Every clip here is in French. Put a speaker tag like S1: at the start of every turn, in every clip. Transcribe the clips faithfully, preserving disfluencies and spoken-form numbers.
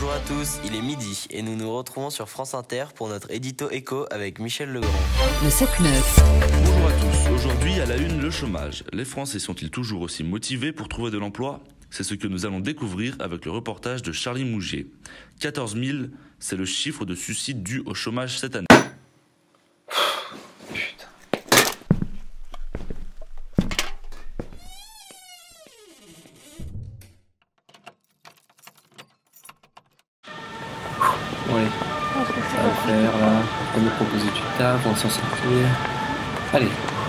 S1: Bonjour à tous, il est midi et nous nous retrouvons sur France Inter pour notre édito éco avec Michel Legrand.
S2: Le sept neuf.
S3: Bonjour à tous, aujourd'hui à la une, le chômage. Les Français sont-ils toujours aussi motivés pour trouver de l'emploi ? C'est ce que nous allons découvrir avec le reportage de Charlie Mougier. quatorze mille, c'est le chiffre de suicides dus au chômage cette année.
S4: Ouais, ça va le faire là. On va nous proposer du taf, on va s'en sortir. Allez.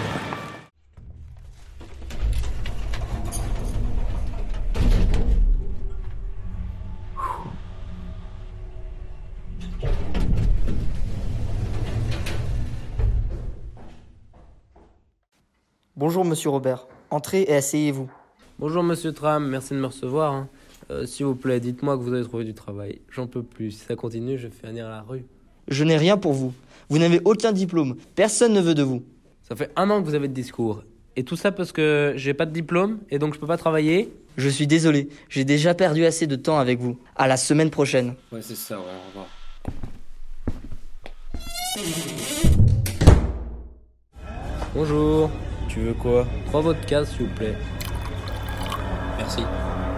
S5: Bonjour Monsieur Robert, entrez et asseyez-vous.
S6: Bonjour Monsieur Tram, merci de me recevoir. Hein. Euh, s'il vous plaît, dites-moi que vous avez trouvé du travail. J'en peux plus, si ça continue, je vais finir à la rue.
S5: Je n'ai rien pour vous. Vous n'avez aucun diplôme. Personne ne veut de vous.
S6: Ça fait un an que vous avez de discours. Et tout ça parce que j'ai pas de diplôme et donc je peux pas travailler.
S5: Je suis désolé, j'ai déjà perdu assez de temps avec vous. À la semaine prochaine.
S4: Ouais, c'est ça, ouais, au revoir.
S6: Bonjour,
S1: Tu veux quoi ?
S6: trois vodkas s'il vous plaît.
S4: Merci.